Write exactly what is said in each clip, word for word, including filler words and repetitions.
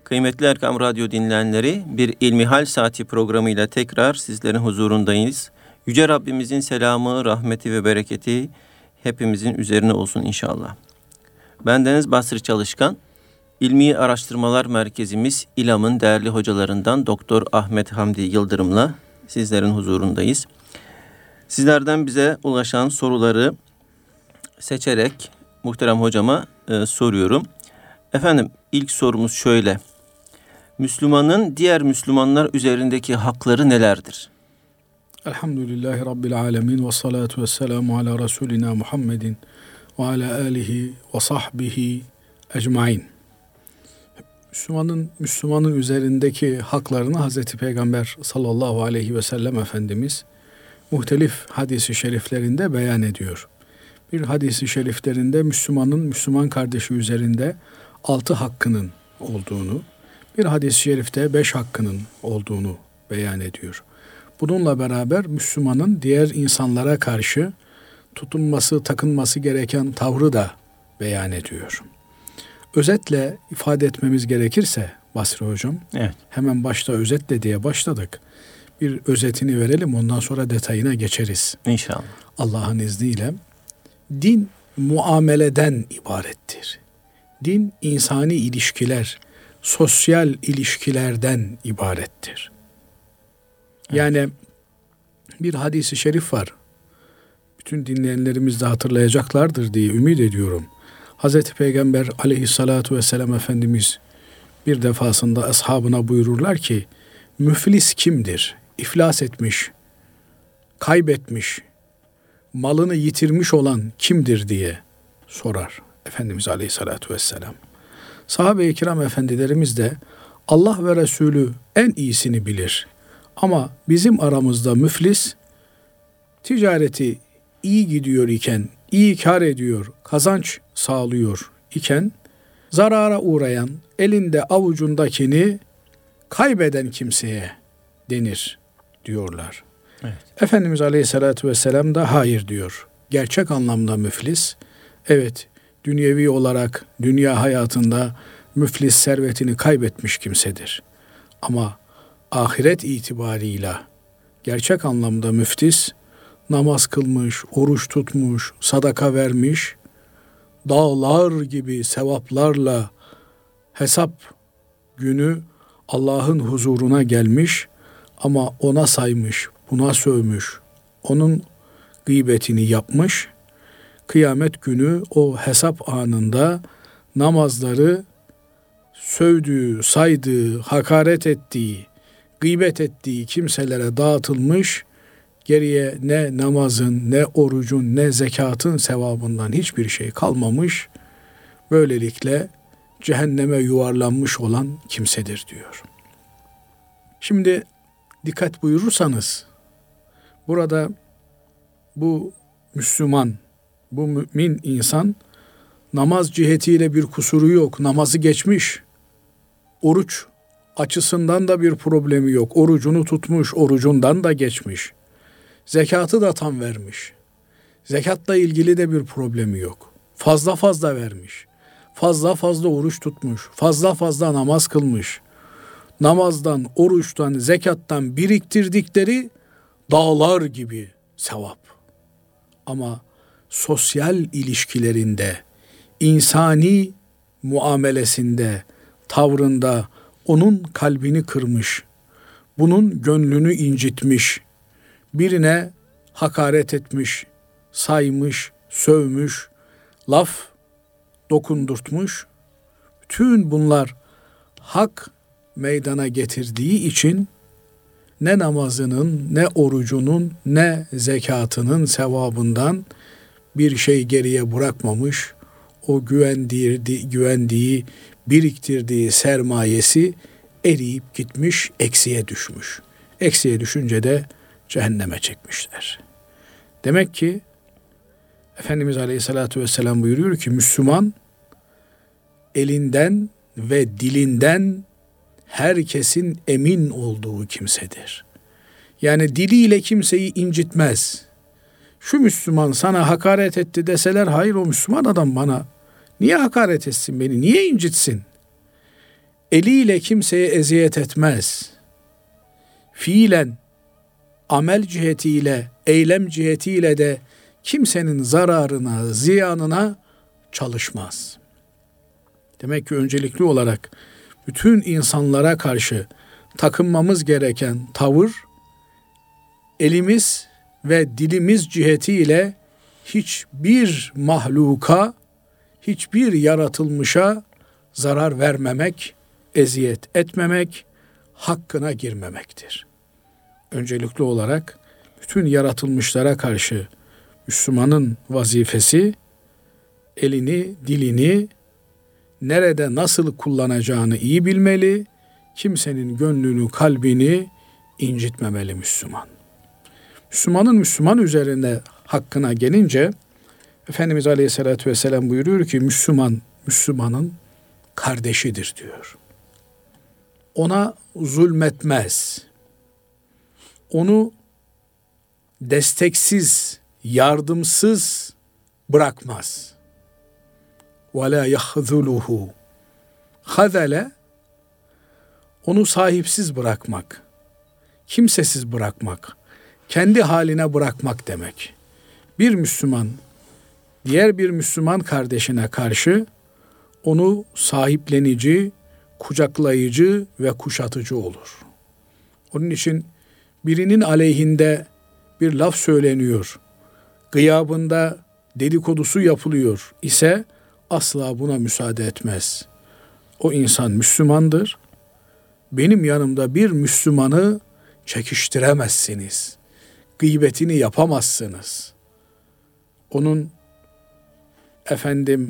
Kıymetli Erkam Radyo dinleyenleri, bir İlmihal Saati programıyla tekrar sizlerin huzurundayız. Yüce Rabbimizin selamı, rahmeti ve bereketi hepimizin üzerine olsun inşallah. Bendeniz Basri Çalışkan, İlmi Araştırmalar Merkezimiz İLAM'ın değerli hocalarından Doktor Ahmet Hamdi Yıldırım'la sizlerin huzurundayız. Sizlerden bize ulaşan soruları seçerek muhterem hocama e, soruyorum. Efendim, ilk sorumuz şöyle. Müslümanın diğer Müslümanlar üzerindeki hakları nelerdir? Elhamdülillahi Rabbil alemin ve salatu ve selamu ala Resulina Muhammedin ve ala alihi ve sahbihi ecmain. Müslümanın Müslümanın üzerindeki haklarını Hazreti Peygamber sallallahu aleyhi ve sellem Efendimiz muhtelif hadis-i şeriflerinde beyan ediyor. Bir hadis-i şeriflerinde Müslümanın Müslüman kardeşi üzerinde altı hakkının olduğunu, bir hadis-i şerifte beş hakkının olduğunu beyan ediyor. Bununla beraber Müslümanın diğer insanlara karşı tutunması, takınması gereken tavrı da beyan ediyor. Özetle ifade etmemiz gerekirse Basri Hocam, evet. Hemen başta özetle diye başladık. Bir özetini verelim, ondan sonra detayına geçeriz. İnşallah. Allah'ın izniyle. Din muameleden ibarettir. Din insani ilişkiler, sosyal ilişkilerden ibarettir. Evet. Yani bir hadis-i şerif var. Bütün dinleyenlerimiz de hatırlayacaklardır diye ümit ediyorum. Hazreti Peygamber aleyhissalatu vesselam Efendimiz bir defasında ashabına buyururlar ki, müflis kimdir? İflas etmiş, kaybetmiş, malını yitirmiş olan kimdir diye sorar Efendimiz aleyhissalatu vesselam. Sahabe-i kiram efendilerimiz de Allah ve Resulü en iyisini bilir. Ama bizim aramızda müflis, ticareti iyi gidiyor iken, iyi kar ediyor, kazanç sağlıyor iken, zarara uğrayan, elinde avucundakini kaybeden kimseye denir diyorlar. Evet. Efendimiz Aleyhisselatü Vesselam da hayır diyor. Gerçek anlamda müflis, evet, dünyevi olarak dünya hayatında müflis servetini kaybetmiş kimsedir. Ama ahiret itibarıyla gerçek anlamda müflis, namaz kılmış, oruç tutmuş, sadaka vermiş, dağlar gibi sevaplarla hesap günü Allah'ın huzuruna gelmiş ama ona saymış, buna sövmüş, onun gıybetini yapmış. Kıyamet günü o hesap anında namazları sövdüğü, saydığı, hakaret ettiği, gıybet ettiği kimselere dağıtılmış, geriye ne namazın, ne orucun, ne zekatın sevabından hiçbir şey kalmamış. Böylelikle cehenneme yuvarlanmış olan kimsedir diyor. Şimdi dikkat buyurursanız, burada bu Müslüman, bu mümin insan namaz cihetiyle bir kusuru yok. Namazı geçmiş. Oruç açısından da bir problemi yok. Orucunu tutmuş, orucundan da geçmiş. Zekatı da tam vermiş. Zekatla ilgili de bir problemi yok. Fazla fazla vermiş. Fazla fazla oruç tutmuş. Fazla fazla namaz kılmış. Namazdan, oruçtan, zekattan biriktirdikleri dağlar gibi sevap. Ama sosyal ilişkilerinde, insani muamelesinde, tavrında onun kalbini kırmış, bunun gönlünü incitmiş, birine hakaret etmiş, saymış, sövmüş, laf dokundurtmuş. Bütün bunlar hak meydana getirdiği için ne namazının, ne orucunun, ne zekatının sevabından bir şey geriye bırakmamış. O güvendiği, güvendiği, biriktirdiği sermayesi eriyip gitmiş, eksiye düşmüş. Eksiye düşünce de cehenneme çekmişler. Demek ki Efendimiz Aleyhisselatü Vesselam buyuruyor ki Müslüman elinden ve dilinden herkesin emin olduğu kimsedir. Yani diliyle kimseyi incitmez. Şu Müslüman sana hakaret etti deseler, hayır o Müslüman adam bana niye hakaret etsin, beni niye incitsin? eliyle kimseye eziyet etmez. Fiilen, amel cihetiyle, eylem cihetiyle de kimsenin zararına, ziyanına çalışmaz. Demek ki öncelikli olarak bütün insanlara karşı takınmamız gereken tavır, elimiz ve dilimiz cihetiyle hiçbir mahluka, hiçbir yaratılmışa zarar vermemek, eziyet etmemek, hakkına girmemektir. Öncelikli olarak bütün yaratılmışlara karşı Müslümanın vazifesi, elini, dilini nerede nasıl kullanacağını iyi bilmeli, kimsenin gönlünü, kalbini incitmemeli Müslüman. Müslümanın Müslüman üzerinde hakkına gelince Efendimiz Aleyhisselatü Vesselam buyuruyor ki Müslüman, Müslümanın kardeşidir diyor. Ona zulmetmez. Onu desteksiz, yardımsız bırakmaz. وَلَا يَخْذُلُهُ Hazele, onu sahipsiz bırakmak, kimsesiz bırakmak, kendi haline bırakmak demek. Bir Müslüman, diğer bir Müslüman kardeşine karşı onu sahiplenici, kucaklayıcı ve kuşatıcı olur. Onun için birinin aleyhinde bir laf söyleniyor, gıyabında dedikodusu yapılıyor ise asla buna müsaade etmez. O insan Müslümandır. Benim yanımda bir Müslümanı çekiştiremezsiniz. Gıybetini yapamazsınız. Onun efendim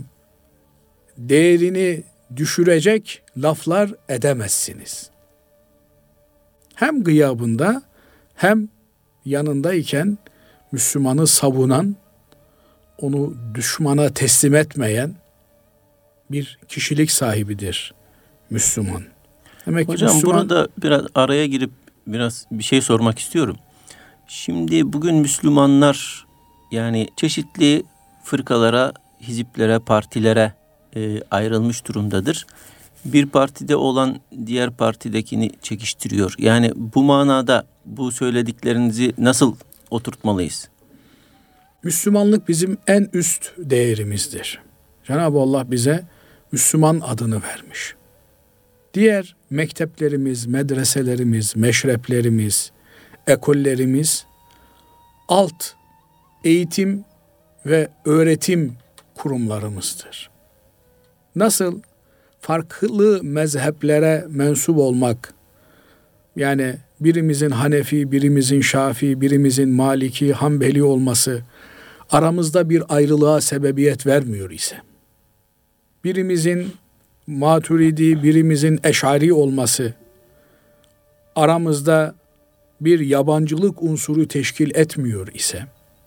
değerini düşürecek laflar edemezsiniz. Hem gıyabında hem yanındayken Müslümanı savunan, onu düşmana teslim etmeyen bir kişilik sahibidir Müslüman. Demek Hocam ki Müslüman, burada biraz araya girip biraz bir şey sormak istiyorum. Şimdi bugün Müslümanlar yani çeşitli fırkalara, hiziplere, partilere e, ayrılmış durumdadır. Bir partide olan diğer partidekini çekiştiriyor. Yani bu manada bu söylediklerinizi nasıl oturtmalıyız? Müslümanlık bizim en üst değerimizdir. Cenab-ı Allah bize Müslüman adını vermiş. Diğer mekteplerimiz, medreselerimiz, meşreplerimiz, ekollerimiz alt eğitim ve öğretim kurumlarımızdır. Nasıl farklı mezheplere mensup olmak, yani birimizin Hanefi, birimizin Şafii, birimizin Maliki, Hanbeli olması aramızda bir ayrılığa sebebiyet vermiyor ise, birimizin Maturidi, birimizin Eş'ari olması aramızda bir yabancılık unsuru teşkil etmiyor ise,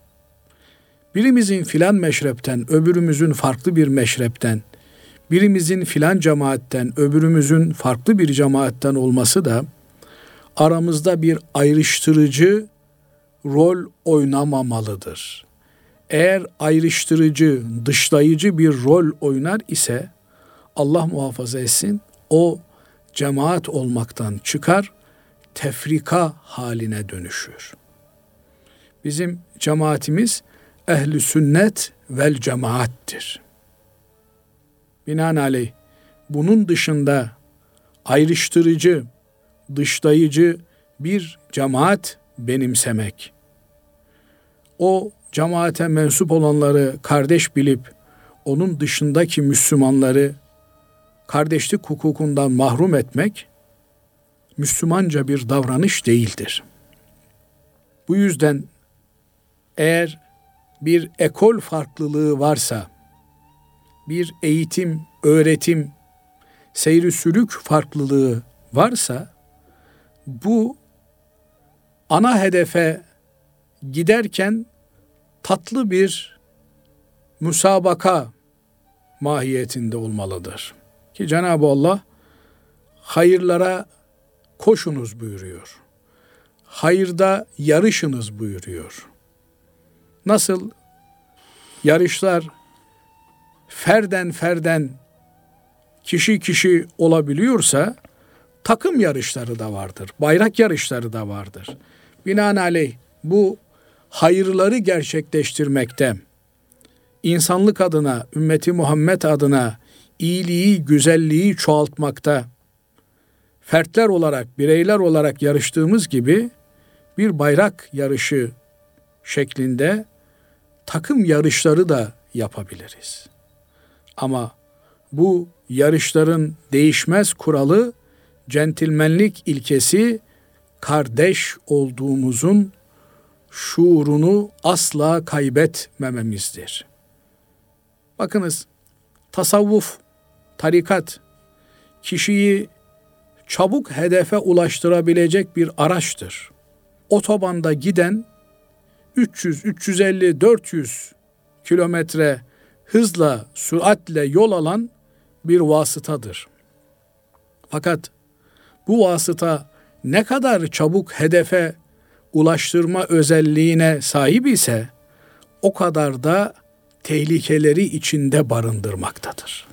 birimizin filan meşrepten, öbürümüzün farklı bir meşrepten, birimizin filan cemaatten, öbürümüzün farklı bir cemaatten olması da aramızda bir ayrıştırıcı rol oynamamalıdır. Eğer ayrıştırıcı, dışlayıcı bir rol oynar ise Allah muhafaza etsin, o cemaat olmaktan çıkar, tefrika haline dönüşür. Bizim cemaatimiz ehl-i sünnet vel cemaattir. Binaenaleyh bunun dışında ayrıştırıcı, dışlayıcı bir cemaat benimsemek, o cemaate mensup olanları kardeş bilip onun dışındaki Müslümanları kardeşlik hukukundan mahrum etmek Müslümanca bir davranış değildir. Bu yüzden eğer bir ekol farklılığı varsa, bir eğitim, öğretim, seyri sülük farklılığı varsa, bu ana hedefe giderken tatlı bir müsabaka mahiyetinde olmalıdır. Ki Cenab-ı Allah hayırlara koşunuz buyuruyor. Hayırda yarışınız buyuruyor. Nasıl yarışlar ferden ferden kişi kişi olabiliyorsa takım yarışları da vardır. Bayrak yarışları da vardır. Binaenaleyh bu hayırları gerçekleştirmekte, insanlık adına, ümmeti Muhammed adına iyiliği, güzelliği çoğaltmakta, fertler olarak, bireyler olarak yarıştığımız gibi bir bayrak yarışı şeklinde takım yarışları da yapabiliriz. Ama bu yarışların değişmez kuralı, centilmenlik ilkesi, kardeş olduğumuzun şuurunu asla kaybetmememizdir. Bakınız, tasavvuf, tarikat, kişiyi çabuk hedefe ulaştırabilecek bir araçtır. Otobanda giden üç yüz, üç yüz elli, dört yüz kilometre hızla, süratle yol alan bir vasıtadır. Fakat bu vasıta ne kadar çabuk hedefe ulaştırma özelliğine sahip ise o kadar da tehlikeleri içinde barındırmaktadır.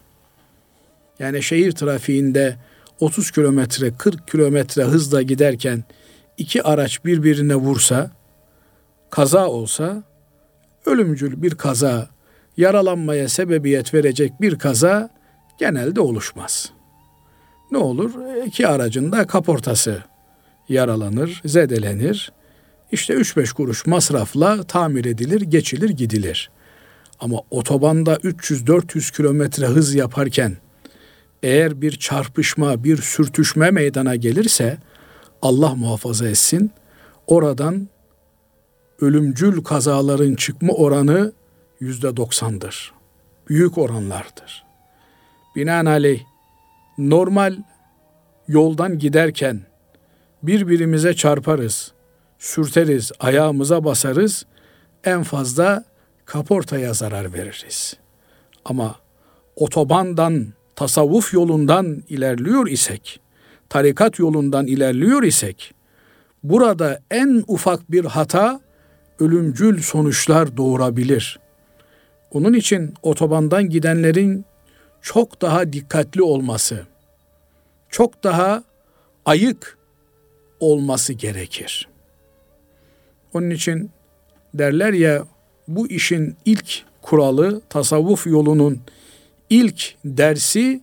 Yani şehir trafiğinde otuz kilometre, kırk kilometre hızla giderken iki araç birbirine vursa, kaza olsa, ölümcül bir kaza, yaralanmaya sebebiyet verecek bir kaza genelde oluşmaz. Ne olur? İki aracın da kaportası yaralanır, zedelenir. İşte üç beş kuruş masrafla tamir edilir, geçilir, gidilir. Ama otobanda üç yüz dört yüz kilometre hız yaparken eğer bir çarpışma, bir sürtüşme meydana gelirse Allah muhafaza etsin, oradan ölümcül kazaların çıkma oranı yüzde doksandır. Büyük oranlardır. Binaenaleyh normal yoldan giderken birbirimize çarparız, sürteriz, ayağımıza basarız, en fazla kaportaya zarar veririz. Ama otobandan, tasavvuf yolundan ilerliyor isek, tarikat yolundan ilerliyor isek, burada en ufak bir hata ölümcül sonuçlar doğurabilir. Onun için otobandan gidenlerin çok daha dikkatli olması, çok daha ayık olması gerekir. Onun için derler ya, bu işin ilk kuralı, tasavvuf yolunun ilk dersi,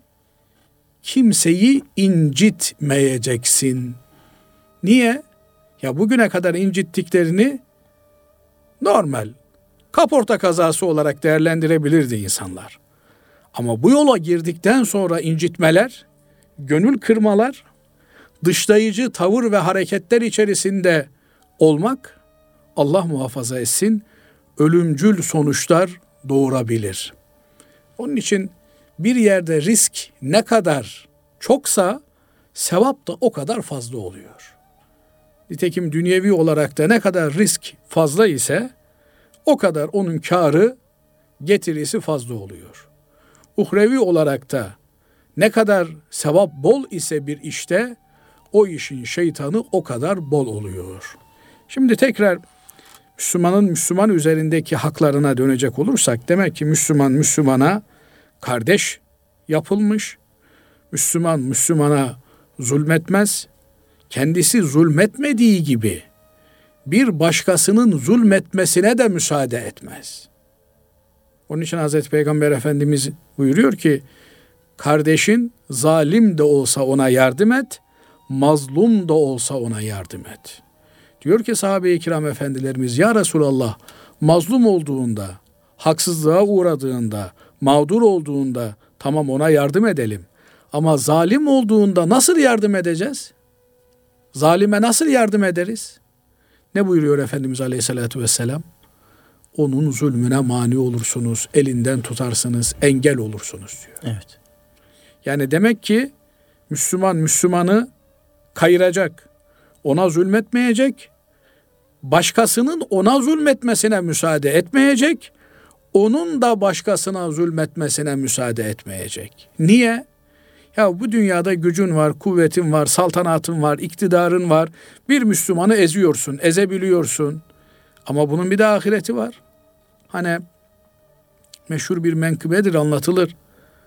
kimseyi incitmeyeceksin. Niye? Ya bugüne kadar incittiklerini normal, kaporta kazası olarak değerlendirebilirdi insanlar. Ama bu yola girdikten sonra incitmeler, gönül kırmalar, dışlayıcı tavır ve hareketler içerisinde olmak, Allah muhafaza etsin, ölümcül sonuçlar doğurabilir. Onun için bir yerde risk ne kadar çoksa sevap da o kadar fazla oluyor. Nitekim dünyevi olarak da ne kadar risk fazla ise o kadar onun kârı, getirisi fazla oluyor. Uhrevi olarak da ne kadar sevap bol ise bir işte o işin şeytanı o kadar bol oluyor. Şimdi tekrar Müslümanın Müslüman üzerindeki haklarına dönecek olursak, demek ki Müslüman Müslümana kardeş yapılmış. Müslüman Müslümana zulmetmez. Kendisi zulmetmediği gibi bir başkasının zulmetmesine de müsaade etmez. Onun için Hazreti Peygamber Efendimiz buyuruyor ki, kardeşin zalim de olsa ona yardım et, mazlum da olsa ona yardım et. Diyor ki sahabe-i kiram efendilerimiz, ya Resulallah, mazlum olduğunda, haksızlığa uğradığında, mağdur olduğunda tamam ona yardım edelim. Ama zalim olduğunda nasıl yardım edeceğiz? Zalime nasıl yardım ederiz? Ne buyuruyor Efendimiz Aleyhisselatü Vesselam? Onun zulmüne mani olursunuz, elinden tutarsınız, engel olursunuz diyor. Evet. Yani demek ki Müslüman Müslümanı kayıracak, ona zulmetmeyecek, başkasının ona zulmetmesine müsaade etmeyecek, onun da başkasına zulmetmesine müsaade etmeyecek. Niye? Ya bu dünyada gücün var, kuvvetin var, saltanatın var, iktidarın var. Bir Müslümanı eziyorsun, ezebiliyorsun. Ama bunun bir de ahireti var. Hani meşhur bir menkıbedir, anlatılır.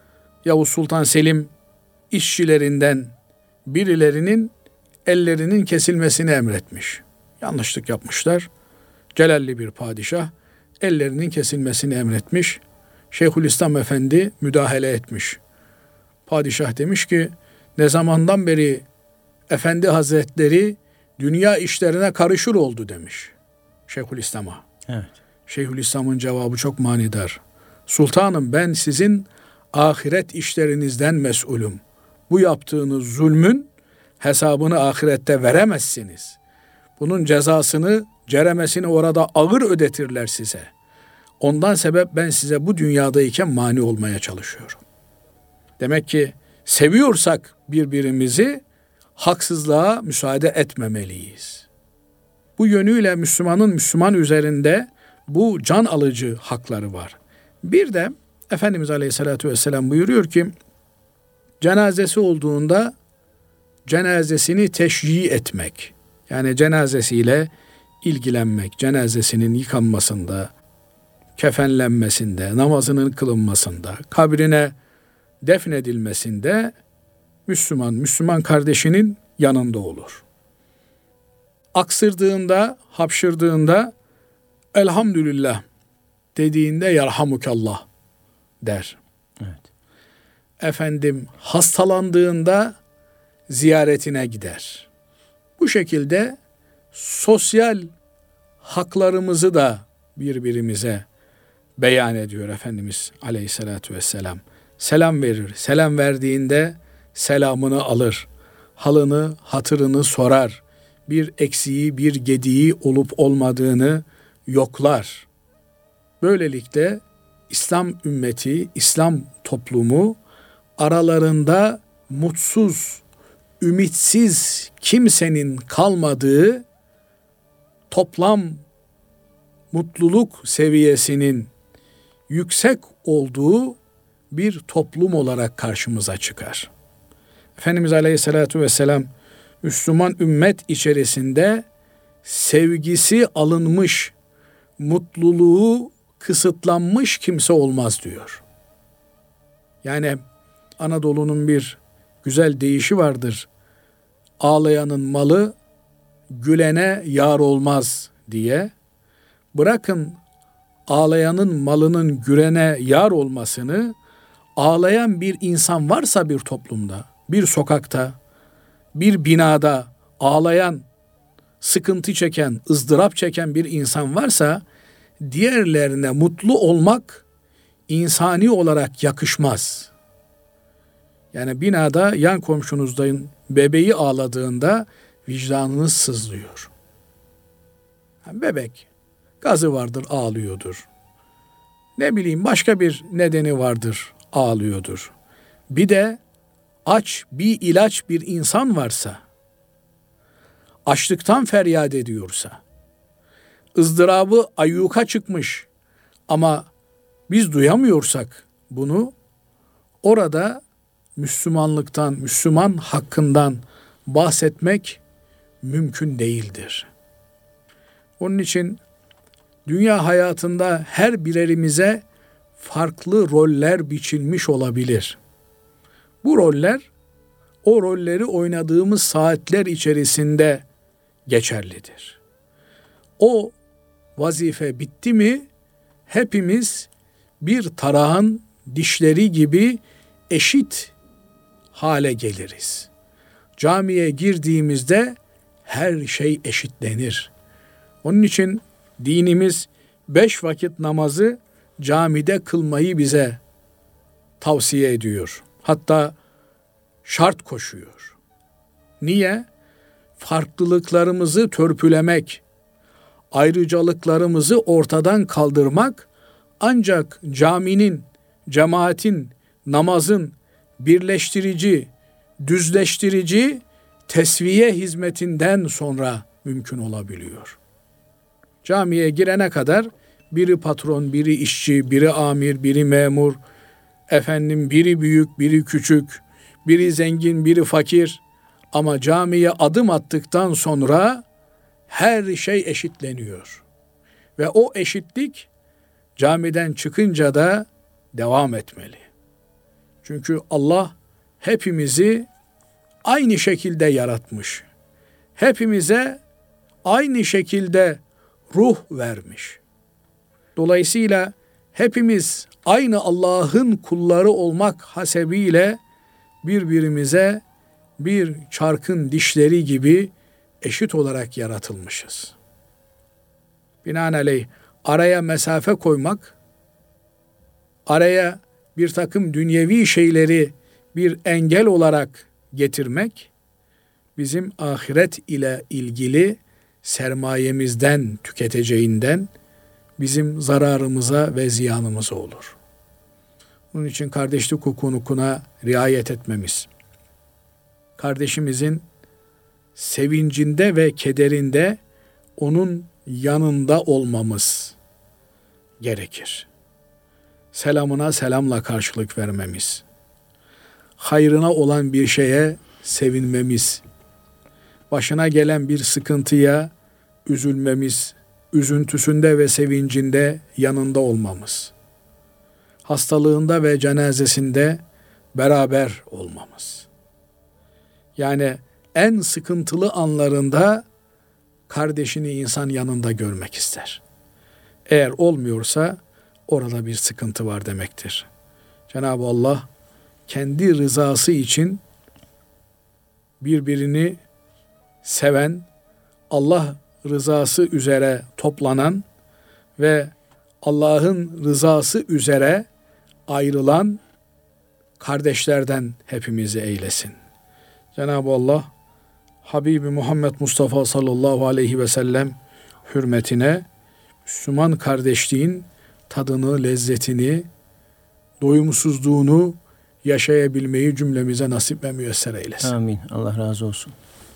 Yavuz Sultan Selim işçilerinden birilerinin ellerinin kesilmesini emretmiş. Yanlışlık yapmışlar. Celalli bir padişah ellerinin kesilmesini emretmiş. Şeyhülislam Efendi müdahale etmiş. Padişah demiş ki ne zamandan beri Efendi Hazretleri dünya işlerine karışır oldu demiş Şeyhülislam'a. Evet. Şeyhülislam'ın cevabı çok manidar. Sultanım ben sizin ahiret işlerinizden mesulüm. Bu yaptığınız zulmün hesabını ahirette veremezsiniz. Bunun cezasını, ceremesini orada ağır ödetirler size. Ondan sebep ben size bu dünyadayken mani olmaya çalışıyorum. Demek ki seviyorsak birbirimizi haksızlığa müsaade etmemeliyiz. Bu yönüyle Müslümanın Müslüman üzerinde bu can alıcı hakları var. Bir de Efendimiz Aleyhisselatü Vesselam buyuruyor ki cenazesi olduğunda cenazesini teşyi etmek, yani cenazesiyle ilgilenmek, cenazesinin yıkanmasında, kefenlenmesinde, namazının kılınmasında, kabrine defnedilmesinde Müslüman, Müslüman kardeşinin yanında olur. Aksırdığında, hapşırdığında elhamdülillah dediğinde yarhamukallah der. Evet. Efendim hastalandığında ziyaretine gider. Bu şekilde sosyal haklarımızı da birbirimize beyan ediyor Efendimiz Aleyhisselatü Vesselam. Selam verir. Selam verdiğinde selamını alır. Halını, hatırını sorar. Bir eksiği, bir gediği olup olmadığını yoklar. Böylelikle İslam ümmeti, İslam toplumu aralarında mutsuz, ümitsiz kimsenin kalmadığı, toplam mutluluk seviyesinin yüksek olduğu bir toplum olarak karşımıza çıkar. Efendimiz Aleyhisselatü Vesselam Müslüman ümmet içerisinde sevgisi alınmış, mutluluğu kısıtlanmış kimse olmaz diyor. Yani Anadolu'nun bir güzel deyişi vardır. Ağlayanın malı gülene yar olmaz diye. Bırakın ağlayanın malının gülene yar olmasını, ağlayan bir insan varsa bir toplumda, bir sokakta, bir binada ağlayan, sıkıntı çeken, ızdırap çeken bir insan varsa diğerlerine mutlu olmak insani olarak yakışmaz. Yani binada yan komşunuzdan bebeği ağladığında vicdanınız sızlıyor. Yani bebek gazı vardır, ağlıyordur. Ne bileyim başka bir nedeni vardır, ağlıyordur. Bir de aç bir ilaç bir insan varsa, açlıktan feryat ediyorsa, ızdırabı ayyuka çıkmış ama biz duyamıyorsak bunu, orada Müslümanlıktan, Müslüman hakkından bahsetmek mümkün değildir. Onun için dünya hayatında her birerimize farklı roller biçilmiş olabilir. Bu roller, o rolleri oynadığımız saatler içerisinde geçerlidir. O vazife bitti mi, hepimiz bir tarağın dişleri gibi eşit hale geliriz. Camiye girdiğimizde her şey eşitlenir. Onun için dinimiz beş vakit namazı camide kılmayı bize tavsiye ediyor. Hatta şart koşuyor. Niye? Farklılıklarımızı törpülemek, ayrıcalıklarımızı ortadan kaldırmak ancak caminin, cemaatin, namazın birleştirici, düzleştirici, tesviye hizmetinden sonra mümkün olabiliyor. Camiye girene kadar biri patron, biri işçi, biri amir, biri memur, efendim biri büyük, biri küçük, biri zengin, biri fakir. Ama camiye adım attıktan sonra her şey eşitleniyor. Ve o eşitlik camiden çıkınca da devam etmeli. Çünkü Allah hepimizi aynı şekilde yaratmış. Hepimize aynı şekilde ruh vermiş. Dolayısıyla hepimiz aynı Allah'ın kulları olmak hasebiyle birbirimize bir çarkın dişleri gibi eşit olarak yaratılmışız. Binaenaleyh araya mesafe koymak, araya bir takım dünyevi şeyleri bir engel olarak getirmek, bizim ahiret ile ilgili sermayemizden tüketeceğinden bizim zararımıza ve ziyanımıza olur. Bunun için kardeşlik hukukuna riayet etmemiz, kardeşimizin sevincinde ve kederinde onun yanında olmamız gerekir. Selamına selamla karşılık vermemiz, hayrına olan bir şeye sevinmemiz, başına gelen bir sıkıntıya üzülmemiz, üzüntüsünde ve sevincinde yanında olmamız, hastalığında ve cenazesinde beraber olmamız. Yani en sıkıntılı anlarında kardeşini insan yanında görmek ister. Eğer olmuyorsa orada bir sıkıntı var demektir. Cenab-ı Allah kendi rızası için birbirini seven, Allah rızası üzere toplanan ve Allah'ın rızası üzere ayrılan kardeşlerden hepimizi eylesin. Cenab-ı Allah Habibi Muhammed Mustafa sallallahu aleyhi ve sellem hürmetine Müslüman kardeşliğin tadını, lezzetini, doyumsuzluğunu yaşayabilmeyi cümlemize nasip ve müyesser eylesin. Amin. Allah razı olsun.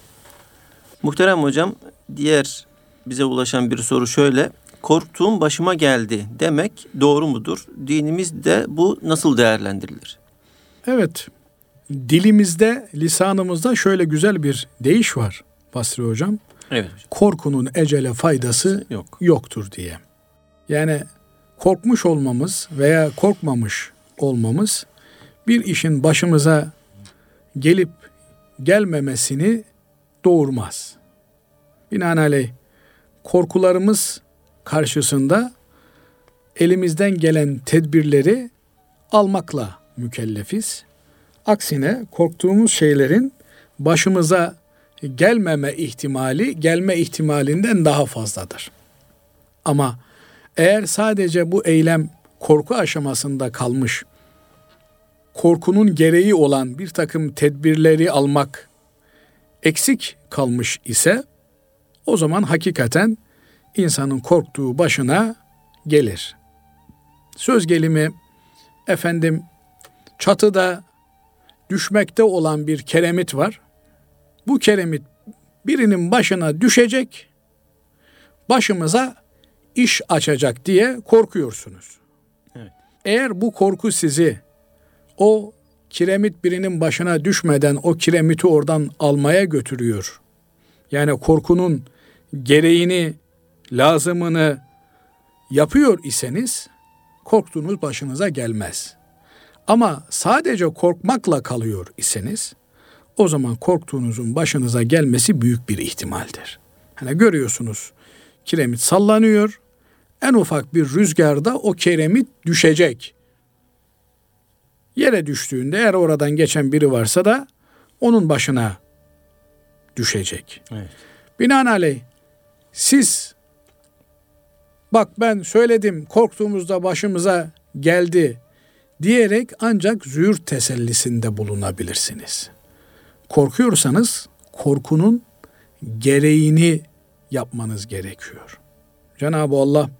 Muhterem hocam, diğer bize ulaşan bir soru şöyle: korktuğum başıma geldi demek doğru mudur? Dinimizde bu nasıl değerlendirilir? Evet, dilimizde, lisanımızda şöyle güzel bir deyiş var Basri hocam. Evet hocam. Korkunun ecele faydası Yok. yoktur diye. Yani korkmuş olmamız veya korkmamış olmamız bir işin başımıza gelip gelmemesini doğurmaz. Binaenaleyh korkularımız karşısında elimizden gelen tedbirleri almakla mükellefiz. Aksine korktuğumuz şeylerin başımıza gelmeme ihtimali gelme ihtimalinden daha fazladır. Ama eğer sadece bu eylem korku aşamasında kalmış, korkunun gereği olan bir takım tedbirleri almak eksik kalmış ise o zaman hakikaten insanın korktuğu başına gelir. Söz gelimi efendim çatıda düşmekte olan bir keremit var. Bu keremit birinin başına düşecek, başımıza iş açacak diye korkuyorsunuz. Evet. Eğer bu korku sizi o kiremit birinin başına düşmeden o kiremiti oradan almaya götürüyor, yani korkunun gereğini, lazımını yapıyor iseniz korktuğunuz başınıza gelmez. Ama sadece korkmakla kalıyor iseniz o zaman korktuğunuzun başınıza gelmesi büyük bir ihtimaldir. Hani görüyorsunuz kiremit sallanıyor. En ufak bir rüzgarda o kiremit düşecek. Yere düştüğünde eğer oradan geçen biri varsa da onun başına düşecek. Evet. Binaenaleyh siz bak ben söyledim korktuğumuzda başımıza geldi diyerek ancak züğür tesellisinde bulunabilirsiniz. Korkuyorsanız korkunun gereğini yapmanız gerekiyor. Cenab-ı Allah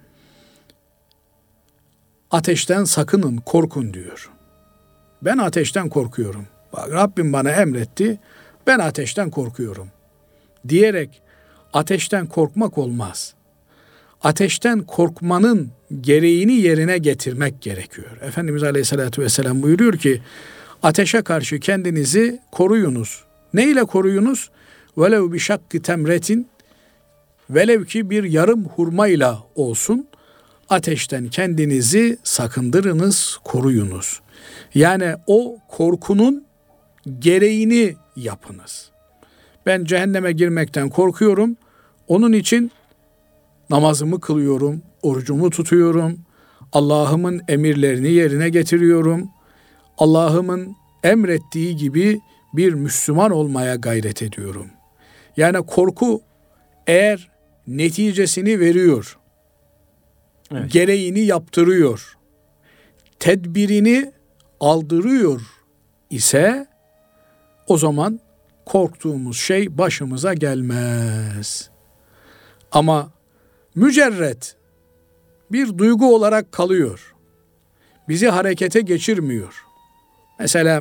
ateşten sakının, korkun diyor. Ben ateşten korkuyorum. Bak Rabbim bana emretti, ben ateşten korkuyorum diyerek ateşten korkmak olmaz. Ateşten korkmanın gereğini yerine getirmek gerekiyor. Efendimiz Aleyhisselatü Vesselam buyuruyor ki ateşe karşı kendinizi koruyunuz. Ne ile koruyunuz? Velev bi şakkı temretin, velev ki bir yarım hurmayla olsun ateşten kendinizi sakındırınız, koruyunuz. Yani o korkunun gereğini yapınız. Ben cehenneme girmekten korkuyorum. Onun için namazımı kılıyorum, orucumu tutuyorum. Allah'ımın emirlerini yerine getiriyorum. Allah'ımın emrettiği gibi bir Müslüman olmaya gayret ediyorum. Yani korku eğer neticesini veriyor, Evet. gereğini yaptırıyor, tedbirini aldırıyor ise o zaman korktuğumuz şey başımıza gelmez. Ama mücerret bir duygu olarak kalıyor. Bizi harekete geçirmiyor. Mesela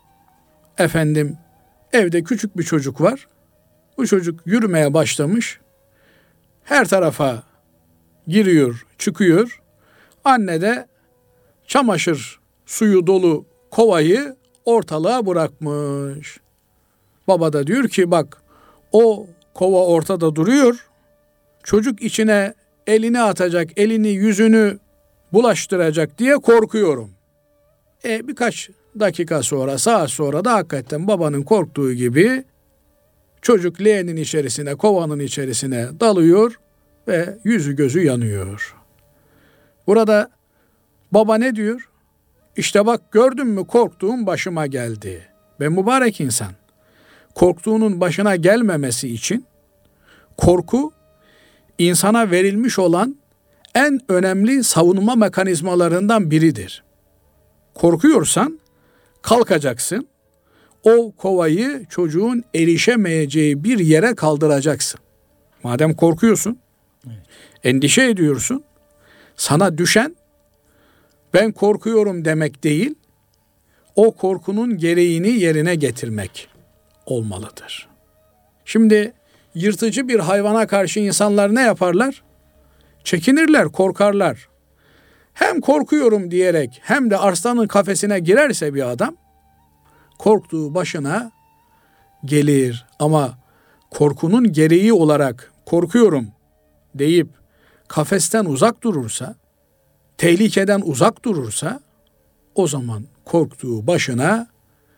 efendim evde küçük bir çocuk var. Bu çocuk yürümeye başlamış. Her tarafa giriyor, çıkıyor. Anne de çamaşır suyu dolu kovayı ortalığa bırakmış. Baba da diyor ki bak o kova ortada duruyor. Çocuk içine elini atacak, elini yüzünü bulaştıracak diye korkuyorum. E birkaç dakika sonra, saat sonra da hakikaten babanın korktuğu gibi çocuk leğenin içerisine, kovanın içerisine dalıyor ve yüzü gözü yanıyor. Burada baba ne diyor? İşte bak gördün mü korktuğum başıma geldi. Ve mübarek insan korktuğunun başına gelmemesi için korku insana verilmiş olan en önemli savunma mekanizmalarından biridir. Korkuyorsan kalkacaksın. O kovayı çocuğun erişemeyeceği bir yere kaldıracaksın. Madem korkuyorsun, evet, endişe ediyorsun, sana düşen ben korkuyorum demek değil, o korkunun gereğini yerine getirmek olmalıdır. Şimdi yırtıcı bir hayvana karşı insanlar ne yaparlar? Çekinirler, korkarlar. Hem korkuyorum diyerek hem de arslanın kafesine girerse bir adam, korktuğu başına gelir. Ama korkunun gereği olarak korkuyorum deyip kafesten uzak durursa, tehlikeden uzak durursa o zaman korktuğu başına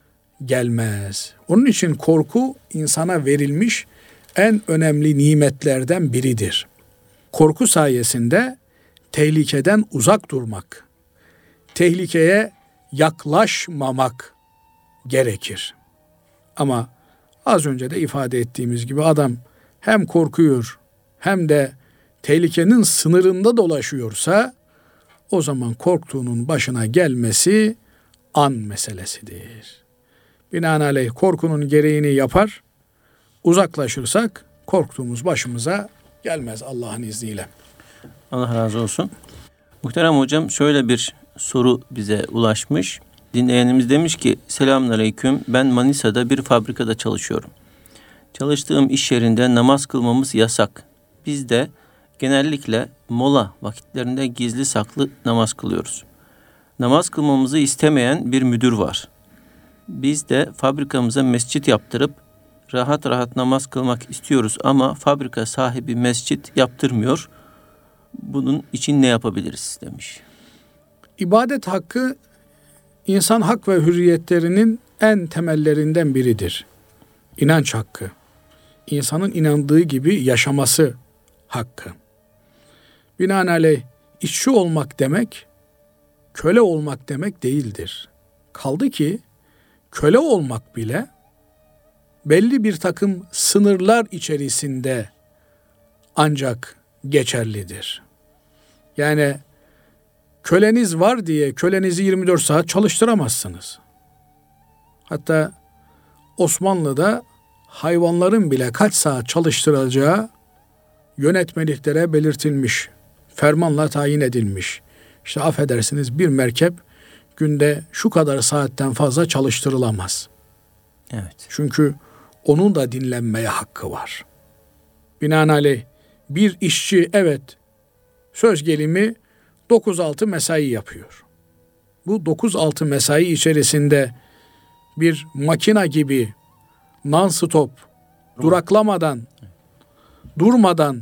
gelmez. Onun için korku insana verilmiş en önemli nimetlerden biridir. Korku sayesinde tehlikeden uzak durmak, tehlikeye yaklaşmamak gerekir. Ama az önce de ifade ettiğimiz gibi adam hem korkuyor hem de tehlikenin sınırında dolaşıyorsa o zaman korktuğunun başına gelmesi an meselesidir. Binaenaleyh korkunun gereğini yapar, uzaklaşırsak korktuğumuz başımıza gelmez Allah'ın izniyle. Allah razı olsun. Muhterem hocam şöyle bir soru bize ulaşmış. Dinleyenimiz demiş ki selamünaleyküm, ben Manisa'da bir fabrikada çalışıyorum. Çalıştığım iş yerinde namaz kılmamız yasak. Biz de genellikle mola vakitlerinde gizli saklı namaz kılıyoruz. Namaz kılmamızı istemeyen bir müdür var. Biz de fabrikamıza mescit yaptırıp rahat rahat namaz kılmak istiyoruz ama fabrika sahibi mescit yaptırmıyor. Bunun için ne yapabiliriz demiş. İbadet hakkı insan hak ve hürriyetlerinin en temellerinden biridir. İnanç hakkı. İnsanın inandığı gibi yaşaması hakkı. Binaenaleyh işçi olmak demek, köle olmak demek değildir. Kaldı ki köle olmak bile belli bir takım sınırlar içerisinde ancak geçerlidir. Yani köleniz var diye kölenizi yirmi dört saat çalıştıramazsınız. Hatta Osmanlı'da hayvanların bile kaç saat çalıştırılacağı yönetmeliklere belirtilmiş, fermanla tayin edilmiş. İşte affedersiniz bir merkep günde şu kadar saatten fazla çalıştırılamaz. Evet. Çünkü onun da dinlenmeye hakkı var. Binaenaleyh bir işçi evet söz gelimi dokuz altı mesai yapıyor. Bu dokuz altı mesai içerisinde bir makina gibi non-stop, duraklamadan, durmadan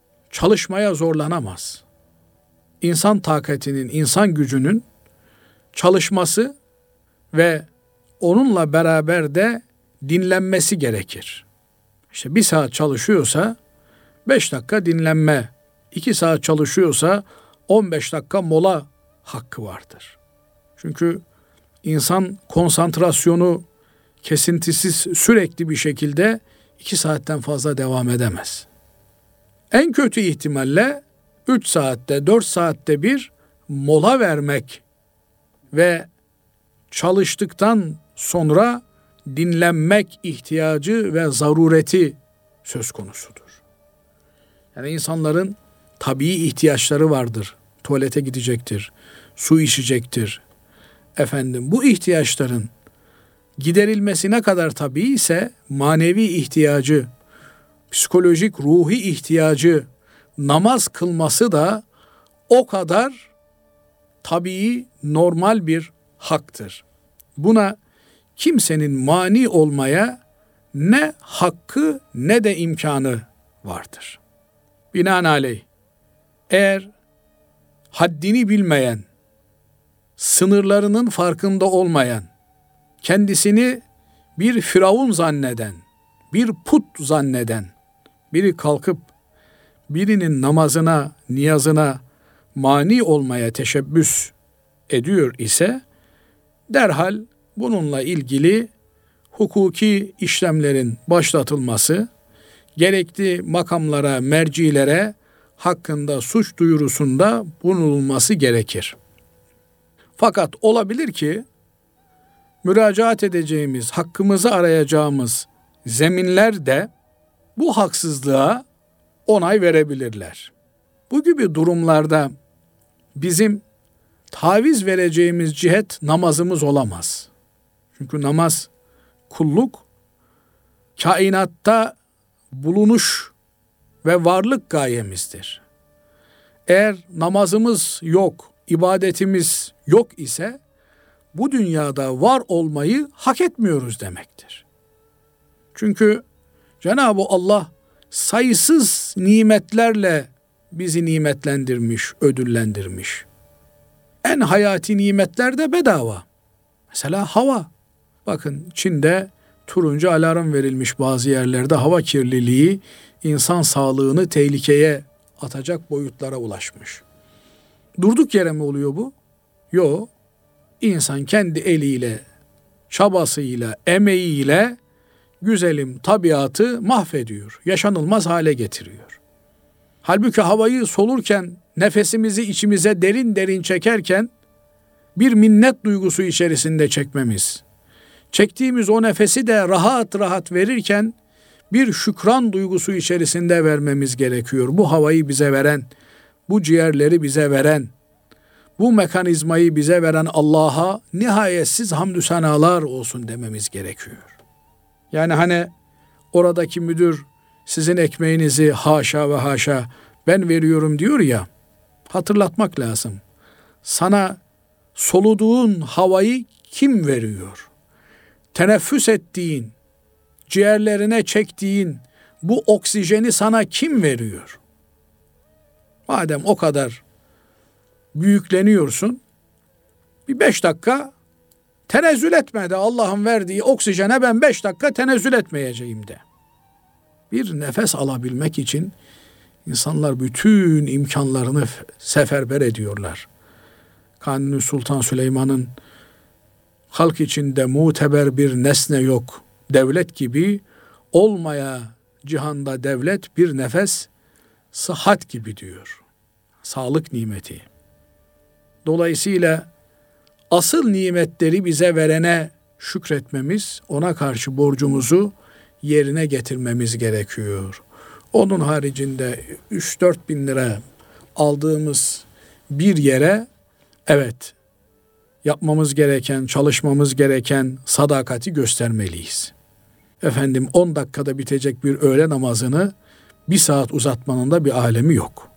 çalışmaya zorlanamaz. İnsan takatinin, insan gücünün çalışması ve onunla beraber de dinlenmesi gerekir. İşte bir saat çalışıyorsa beş dakika dinlenme, iki saat çalışıyorsa on beş dakika mola hakkı vardır. Çünkü insan konsantrasyonu kesintisiz sürekli bir şekilde iki saatten fazla devam edemez. En kötü ihtimalle üç saatte, dört saatte bir mola vermek ve çalıştıktan sonra dinlenmek ihtiyacı ve zarureti söz konusudur. Yani insanların tabii ihtiyaçları vardır. Tuvalete gidecektir, su içecektir. Efendim bu ihtiyaçların giderilmesi ne kadar tabii ise manevi ihtiyacı, psikolojik, ruhi ihtiyacı, namaz kılması da o kadar tabii, normal bir haktır. Buna kimsenin mani olmaya ne hakkı ne de imkanı vardır. Binaenaleyh eğer haddini bilmeyen, sınırlarının farkında olmayan, kendisini bir firavun zanneden, bir put zanneden biri kalkıp birinin namazına, niyazına mani olmaya teşebbüs ediyor ise derhal bununla ilgili hukuki işlemlerin başlatılması, gerekli makamlara, mercilere hakkında suç duyurusunda bulunulması gerekir. Fakat olabilir ki müracaat edeceğimiz, hakkımızı arayacağımız zeminler de bu haksızlığa onay verebilirler. Bu gibi durumlarda bizim taviz vereceğimiz cihet namazımız olamaz. Çünkü namaz kulluk, kainatta bulunuş ve varlık gayemizdir. Eğer namazımız yok, ibadetimiz yok ise bu dünyada var olmayı hak etmiyoruz demektir. Çünkü Cenab-ı Allah sayısız nimetlerle bizi nimetlendirmiş, ödüllendirmiş. En hayati nimetler de bedava. Mesela hava. Bakın Çin'de turuncu alarm verilmiş, bazı yerlerde hava kirliliği insan sağlığını tehlikeye atacak boyutlara ulaşmış. Durduk yere mi oluyor bu? Yok. İnsan kendi eliyle, çabasıyla, emeğiyle güzelim tabiatı mahvediyor. Yaşanılmaz hale getiriyor. Halbuki havayı solurken, nefesimizi içimize derin derin çekerken bir minnet duygusu içerisinde çekmemiz, çektiğimiz o nefesi de rahat rahat verirken bir şükran duygusu içerisinde vermemiz gerekiyor. Bu havayı bize veren, bu ciğerleri bize veren, bu mekanizmayı bize veren Allah'a nihayetsiz hamdü senalar olsun dememiz gerekiyor. Yani hani oradaki müdür sizin ekmeğinizi haşa ve haşa ben veriyorum diyor ya, hatırlatmak lazım. Sana soluduğun havayı kim veriyor? Teneffüs ettiğin, ciğerlerine çektiğin bu oksijeni sana kim veriyor? Madem o kadar büyükleniyorsun, bir beş dakika tenezzül etme de Allah'ın verdiği oksijene ben beş dakika tenezzül etmeyeceğim de. Bir nefes alabilmek için insanlar bütün imkanlarını seferber ediyorlar. Kanuni Sultan Süleyman'ın halk içinde muteber bir nesne yok, devlet gibi olmaya cihanda devlet bir nefes, sıhhat gibi diyor. Sağlık nimeti. Dolayısıyla asıl nimetleri bize verene şükretmemiz, ona karşı borcumuzu yerine getirmemiz gerekiyor. Onun haricinde üç dört bin lira aldığımız bir yere evet yapmamız gereken, çalışmamız gereken sadakati göstermeliyiz. Efendim on dakikada bitecek bir öğle namazını bir saat uzatmanın da bir alemi yok.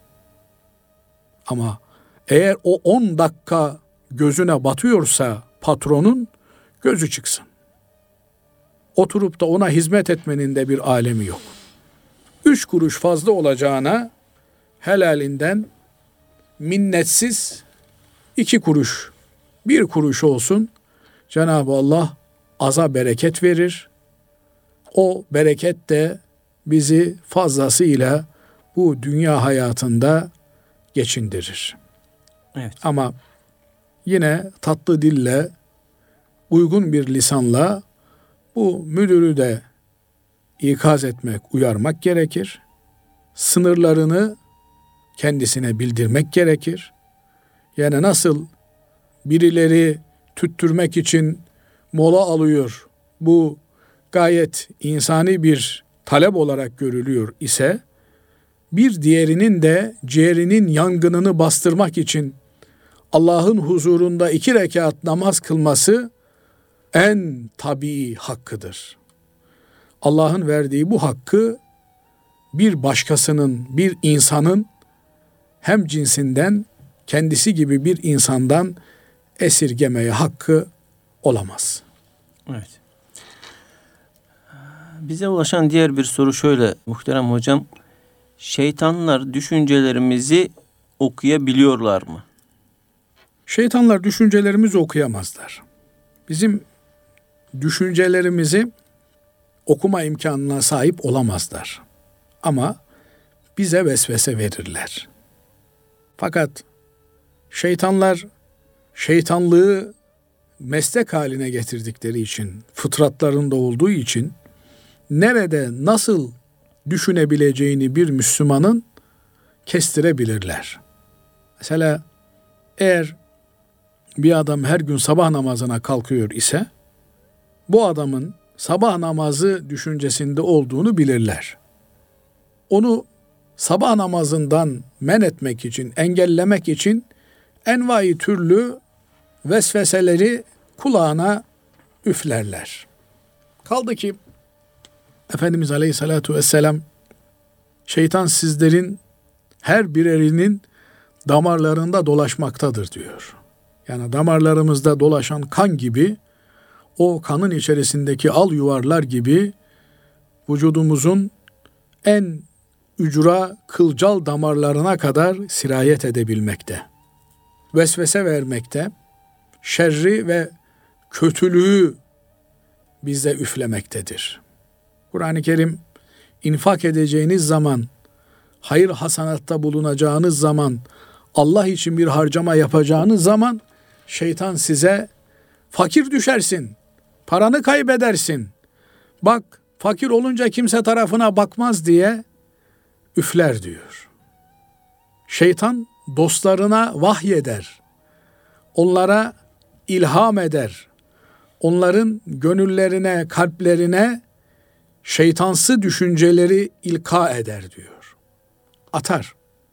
Ama eğer o on dakika gözüne batıyorsa patronun, gözü çıksın. Oturup da ona hizmet etmenin de bir alemi yok. Üç kuruş fazla olacağına helalinden minnetsiz iki kuruş Bir kuruş olsun Cenab-ı Allah aza bereket verir. O bereket de bizi fazlasıyla bu dünya hayatında geçindirir. Evet. Ama yine tatlı dille, uygun bir lisanla bu müdürü de ikaz etmek, uyarmak gerekir. Sınırlarını kendisine bildirmek gerekir. Yani nasıl birileri tüttürmek için mola alıyor, bu gayet insani bir talep olarak görülüyor ise, bir diğerinin de ciğerinin yangınını bastırmak için Allah'ın huzurunda iki rekat namaz kılması en tabii hakkıdır. Allah'ın verdiği bu hakkı bir başkasının, bir insanın hem cinsinden, kendisi gibi bir insandan esirgemeye hakkı olamaz. Evet. Bize ulaşan diğer bir soru şöyle muhterem hocam. Şeytanlar düşüncelerimizi okuyabiliyorlar mı? Şeytanlar düşüncelerimizi okuyamazlar. Bizim düşüncelerimizi okuma imkanına sahip olamazlar. Ama bize vesvese verirler. Fakat şeytanlar şeytanlığı meslek haline getirdikleri için, fıtratlarında olduğu için nerede nasıl düşünebileceğini bir Müslümanın kestirebilirler. Mesela eğer bir adam her gün sabah namazına kalkıyor ise bu adamın sabah namazı düşüncesinde olduğunu bilirler. Onu sabah namazından men etmek için, engellemek için envai türlü vesveseleri kulağına üflerler. Kaldı ki Efendimiz Aleyhisselatü Vesselam şeytan sizlerin her birerinin damarlarında dolaşmaktadır diyor. Yani damarlarımızda dolaşan kan gibi, o kanın içerisindeki al yuvarlar gibi vücudumuzun en ücra kılcal damarlarına kadar sirayet edebilmekte. Vesvese vermekte, şerri ve kötülüğü bize üflemektedir. Kur'an-ı Kerim infak edeceğiniz zaman, hayır hasanatta bulunacağınız zaman, Allah için bir harcama yapacağınız zaman şeytan size fakir düşersin, paranı kaybedersin, bak fakir olunca kimse tarafına bakmaz diye üfler diyor. Şeytan dostlarına vahyeder, onlara ilham eder, onların gönüllerine, kalplerine şeytansı düşünceleri ilka eder diyor. Atar.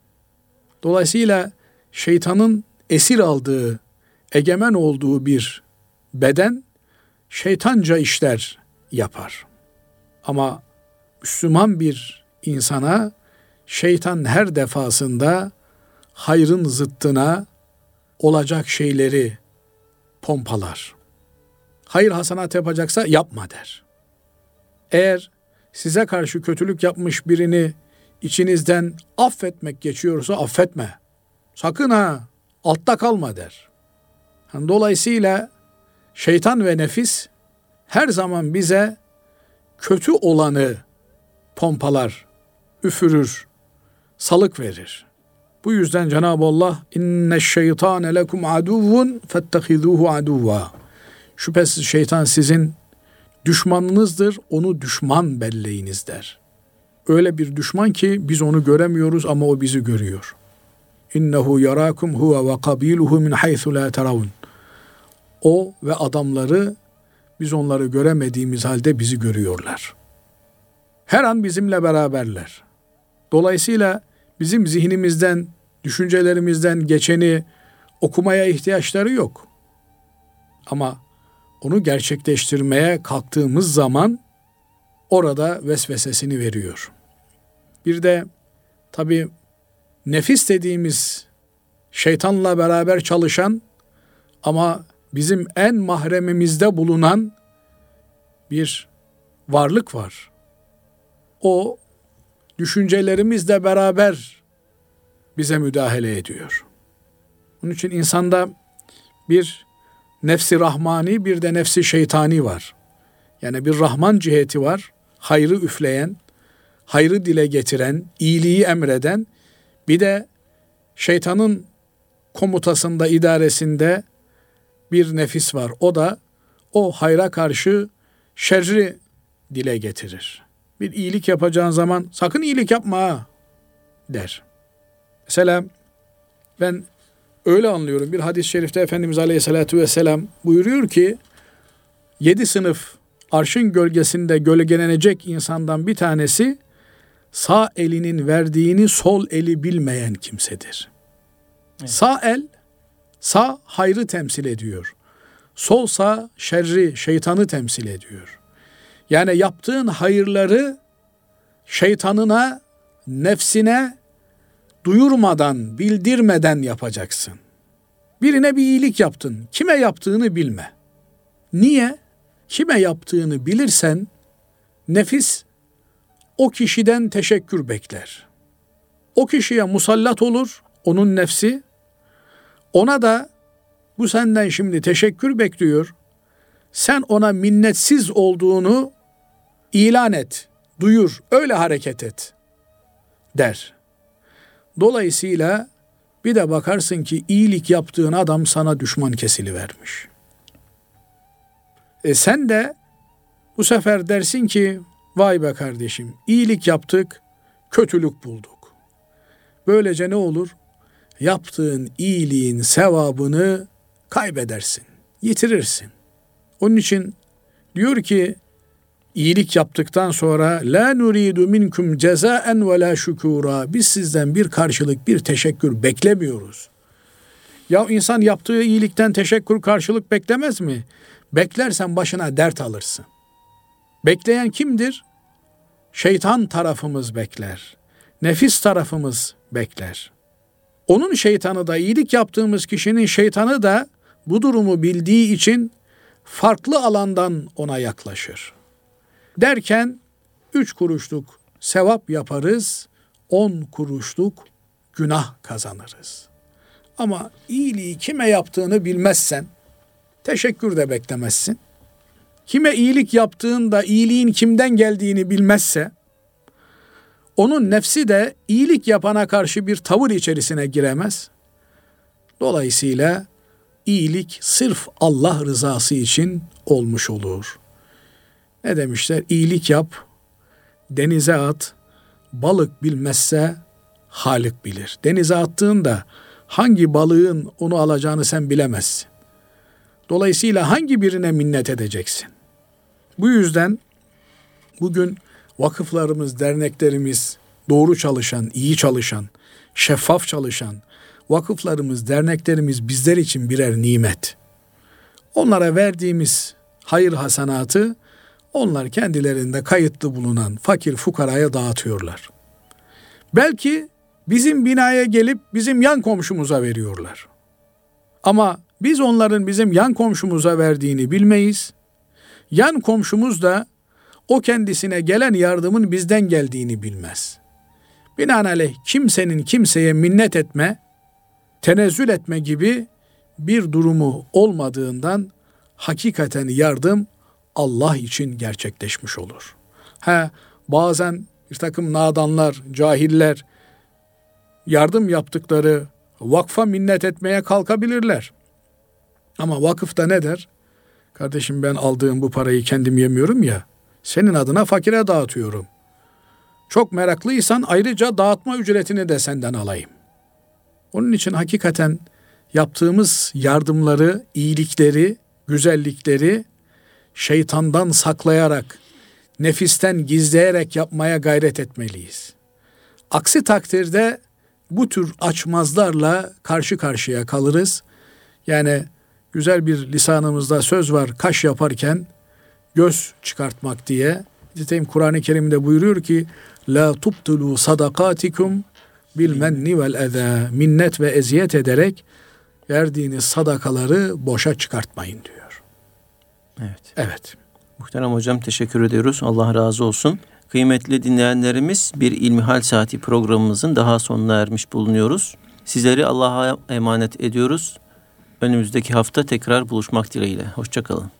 Dolayısıyla şeytanın esir aldığı, egemen olduğu bir beden şeytanca işler yapar. Ama Müslüman bir insana şeytan her defasında hayrın zıttına olacak şeyleri pompalar. Hayır hasanat yapacaksa yapma der. Eğer size karşı kötülük yapmış birini içinizden affetmek geçiyorsa affetme. Sakın ha, altta kalma der. Dolayısıyla şeytan ve nefis her zaman bize kötü olanı pompalar, üfürür, salık verir. Bu yüzden Cenab-ı Allah inneşşeytane lekum aduvvun fettehizuhu aduva. Şüphesiz şeytan sizin düşmanınızdır, onu düşman belleyiniz der. Öyle bir düşman ki biz onu göremiyoruz ama o bizi görüyor. İnnehu yarakum huve ve kabiluhu min haythu la teravun. O ve adamları biz onları göremediğimiz halde bizi görüyorlar. Her an bizimle beraberler. Dolayısıyla bizim zihnimizden, düşüncelerimizden geçeni okumaya ihtiyaçları yok. Ama onu gerçekleştirmeye kalktığımız zaman orada vesvesesini veriyor. Bir de tabii nefis dediğimiz şeytanla beraber çalışan ama bizim en mahremimizde bulunan bir varlık var. O düşüncelerimizle beraber bize müdahale ediyor. Onun için insanda bir nefsi rahmani, bir de nefsi şeytani var. Yani bir Rahman ciheti var. Hayrı üfleyen, hayrı dile getiren, iyiliği emreden. Bir de şeytanın komutasında, idaresinde bir nefis var. O da o hayra karşı şerri dile getirir. Bir iyilik yapacağın zaman sakın iyilik yapma ha der. Mesela ben öyle anlıyorum. Bir hadis-i şerifte Efendimiz Aleyhisselatü Vesselam buyuruyor ki yedi sınıf arşın gölgesinde gölgelenecek insandan bir tanesi sağ elinin verdiğini sol eli bilmeyen kimsedir. Evet. Sağ el, sağ hayrı temsil ediyor. Sol sağ şerri, şeytanı temsil ediyor. Yani yaptığın hayırları şeytanına, nefsine duyurmadan, bildirmeden yapacaksın. Birine bir iyilik yaptın. Kime yaptığını bilme. Niye? Kime yaptığını bilirsen nefis o kişiden teşekkür bekler. O kişiye musallat olur, onun nefsi. Ona da bu senden şimdi teşekkür bekliyor. Sen ona minnetsiz olduğunu ilan et, duyur, öyle hareket et der. Dolayısıyla bir de bakarsın ki iyilik yaptığın adam sana düşman kesilivermiş. E sen de bu sefer dersin ki vay be kardeşim, iyilik yaptık, kötülük bulduk. Böylece ne olur? Yaptığın iyiliğin sevabını kaybedersin, yitirirsin. Onun için diyor ki iyilik yaptıktan sonra la nuridu minkum cezaen ve la şükura. Biz sizden bir karşılık, bir teşekkür beklemiyoruz. Ya insan yaptığı iyilikten teşekkür, karşılık beklemez mi? Beklersen başına dert alırsın. Bekleyen kimdir? Şeytan tarafımız bekler. Nefis tarafımız bekler. Onun şeytanı da, iyilik yaptığımız kişinin şeytanı da bu durumu bildiği için farklı alandan ona yaklaşır. Derken üç kuruşluk sevap yaparız, on kuruşluk günah kazanırız. Ama iyiliği kime yaptığını bilmezsen teşekkür de beklemezsin. Kime iyilik yaptığında iyiliğin kimden geldiğini bilmezse onun nefsi de iyilik yapana karşı bir tavır içerisine giremez. Dolayısıyla iyilik sırf Allah rızası için olmuş olur. Ne demişler? İyilik yap, denize at, balık bilmezse Halik bilir. Denize attığında hangi balığın onu alacağını sen bilemezsin. Dolayısıyla hangi birine minnet edeceksin? Bu yüzden bugün vakıflarımız, derneklerimiz doğru çalışan, iyi çalışan, şeffaf çalışan vakıflarımız, derneklerimiz bizler için birer nimet. Onlara verdiğimiz hayır hasenatı onlar kendilerinde kayıtlı bulunan fakir fukaraya dağıtıyorlar. Belki bizim binaya gelip bizim yan komşumuza veriyorlar. Ama biz onların bizim yan komşumuza verdiğini bilmeyiz. Yan komşumuz da o kendisine gelen yardımın bizden geldiğini bilmez. Binaenaleyh kimsenin kimseye minnet etme, tenezzül etme gibi bir durumu olmadığından hakikaten yardım Allah için gerçekleşmiş olur. Ha, bazen bir takım nadanlar, cahiller yardım yaptıkları vakfa minnet etmeye kalkabilirler. Ama vakıfta ne der? Kardeşim ben aldığım bu parayı kendim yemiyorum ya, senin adına fakire dağıtıyorum. Çok meraklıysan ayrıca dağıtma ücretini de senden alayım. Onun için hakikaten yaptığımız yardımları, iyilikleri, güzellikleri şeytandan saklayarak, nefisten gizleyerek yapmaya gayret etmeliyiz. Aksi takdirde bu tür açmazlarla karşı karşıya kalırız. Yani güzel bir lisanımızda söz var, kaş yaparken göz çıkartmak diye. Nitekim Kur'an-ı Kerim'de buyuruyor ki la tubtulu sadakatikum bil menni vel eza. Minnet ve eziyet ederek verdiğiniz sadakaları boşa çıkartmayın diyor. Evet. Evet. Muhterem hocam teşekkür ediyoruz. Allah razı olsun. Kıymetli dinleyenlerimiz, bir İlmihal Saati programımızın daha sonuna ermiş bulunuyoruz. Sizleri Allah'a emanet ediyoruz. Önümüzdeki hafta tekrar buluşmak dileğiyle. Hoşça kalın.